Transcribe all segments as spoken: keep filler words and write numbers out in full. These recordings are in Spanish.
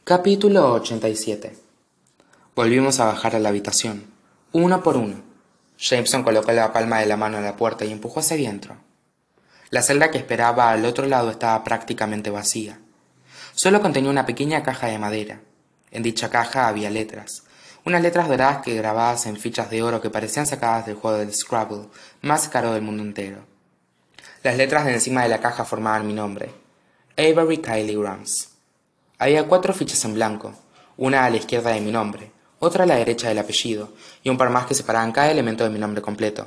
Capítulo ochenta y siete. Volvimos a bajar a la habitación, uno por uno. Jameson colocó la palma de la mano en la puerta y empujó hacia adentro. La celda que esperaba al otro lado estaba prácticamente vacía. Solo contenía una pequeña caja de madera. En dicha caja había letras, unas letras doradas que grabadas en fichas de oro que parecían sacadas del juego del Scrabble más caro del mundo entero. Las letras de encima de la caja formaban mi nombre, Avery Kylie Grams. Había cuatro fichas en blanco, una a la izquierda de mi nombre, otra a la derecha del apellido, y un par más que separaban cada elemento de mi nombre completo.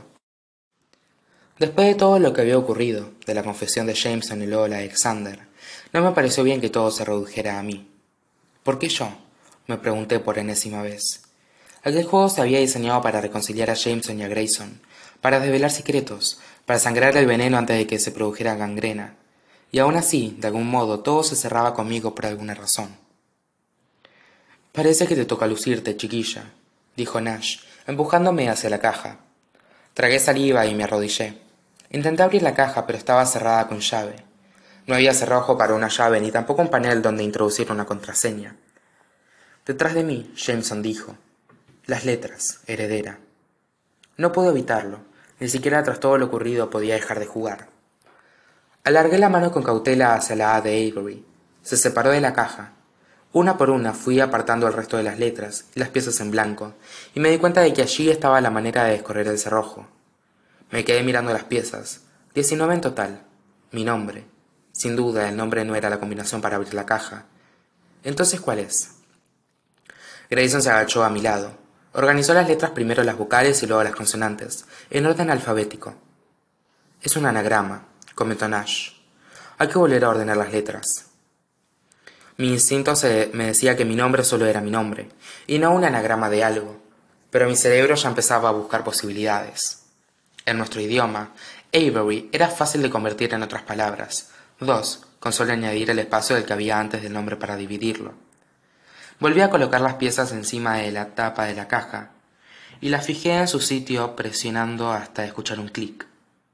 Después de todo lo que había ocurrido, de la confesión de Jameson y luego la de Alexander, no me pareció bien que todo se redujera a mí. ¿Por qué yo?, me pregunté por enésima vez. Aquel juego se había diseñado para reconciliar a Jameson y a Grayson, para desvelar secretos, para sangrar el veneno antes de que se produjera gangrena. Y aún así, de algún modo, todo se cerraba conmigo por alguna razón. «Parece que te toca lucirte, chiquilla», dijo Nash, empujándome hacia la caja. Tragué saliva y me arrodillé. Intenté abrir la caja, pero estaba cerrada con llave. No había cerrojo para una llave, ni tampoco un panel donde introducir una contraseña. Detrás de mí, Jameson dijo: «Las letras, heredera». No pude evitarlo. Ni siquiera tras todo lo ocurrido podía dejar de jugar. Alargué la mano con cautela hacia la A de Avery. Se separó de la caja. Una por una fui apartando el resto de las letras y las piezas en blanco, y me di cuenta de que allí estaba la manera de descorrer el cerrojo. Me quedé mirando las piezas. Diecinueve en total. Mi nombre. Sin duda, el nombre no era la combinación para abrir la caja. Entonces, ¿cuál es? Grayson se agachó a mi lado. Organizó las letras, primero las vocales y luego las consonantes, en orden alfabético. «Es un anagrama», comentó Nash. «Hay que volver a ordenar las letras». Mi instinto se me decía que mi nombre solo era mi nombre, y no un anagrama de algo, pero mi cerebro ya empezaba a buscar posibilidades. En nuestro idioma, Avery era fácil de convertir en otras palabras, dos, con solo añadir el espacio del que había antes del nombre para dividirlo. Volví a colocar las piezas encima de la tapa de la caja, y las fijé en su sitio presionando hasta escuchar un clic.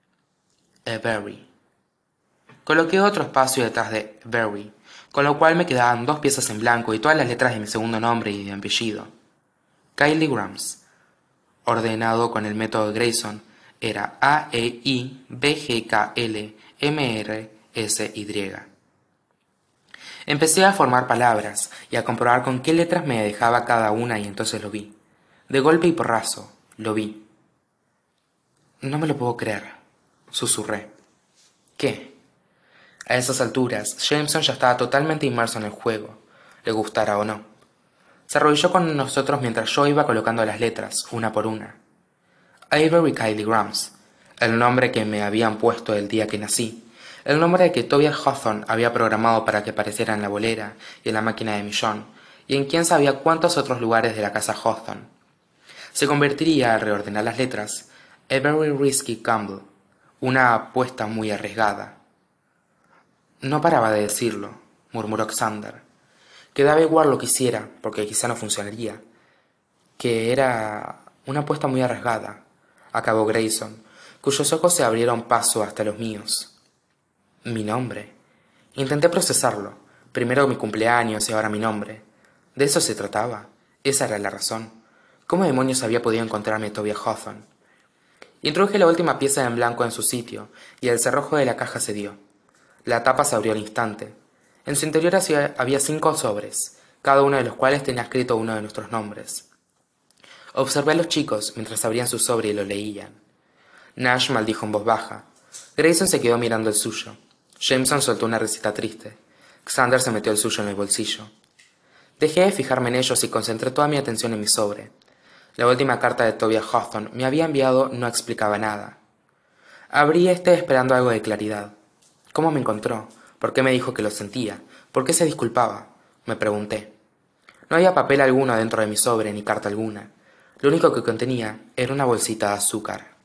Avery. Coloqué otro espacio detrás de Avery, con lo cual me quedaban dos piezas en blanco y todas las letras de mi segundo nombre y de mi apellido. Kylie Grams, ordenado con el método Grayson, era A E I B G K L M R S Y. Empecé a formar palabras y a comprobar con qué letras me dejaba cada una, y entonces lo vi. De golpe y porrazo, lo vi. «No me lo puedo creer», susurré. «¿Qué?» A esas alturas, Jameson ya estaba totalmente inmerso en el juego, le gustara o no. Se arrodilló con nosotros mientras yo iba colocando las letras, una por una. Avery Kylie Grams, el nombre que me habían puesto el día que nací, el nombre que Tobias Hawthorne había programado para que apareciera en la bolera y en la máquina de millón, y en quién sabía cuántos otros lugares de la casa Hawthorne. Se convertiría, al reordenar las letras, Avery Risky Campbell, una apuesta muy arriesgada. No paraba de decirlo, murmuró Xander, que daba igual lo que hiciera, porque quizá no funcionaría, que era una apuesta muy arriesgada, acabó Grayson, cuyos ojos se abrieron paso hasta los míos. Mi nombre. Intenté procesarlo, primero mi cumpleaños y ahora mi nombre. De eso se trataba, esa era la razón. ¿Cómo demonios había podido encontrarme Tobias Hawthorne? Introduje la última pieza en blanco en su sitio, y el cerrojo de la caja cedió. La tapa se abrió al instante. En su interior había cinco sobres, cada uno de los cuales tenía escrito uno de nuestros nombres. Observé a los chicos mientras abrían su sobre y lo leían. Nash maldijo en voz baja. Grayson se quedó mirando el suyo. Jameson soltó una risita triste. Xander se metió el suyo en el bolsillo. Dejé de fijarme en ellos y concentré toda mi atención en mi sobre. La última carta de Tobias Hawthorne me había enviado no explicaba nada. Abrí este esperando algo de claridad. ¿Cómo me encontró? ¿Por qué me dijo que lo sentía? ¿Por qué se disculpaba? Me pregunté. No había papel alguno dentro de mi sobre ni carta alguna. Lo único que contenía era una bolsita de azúcar.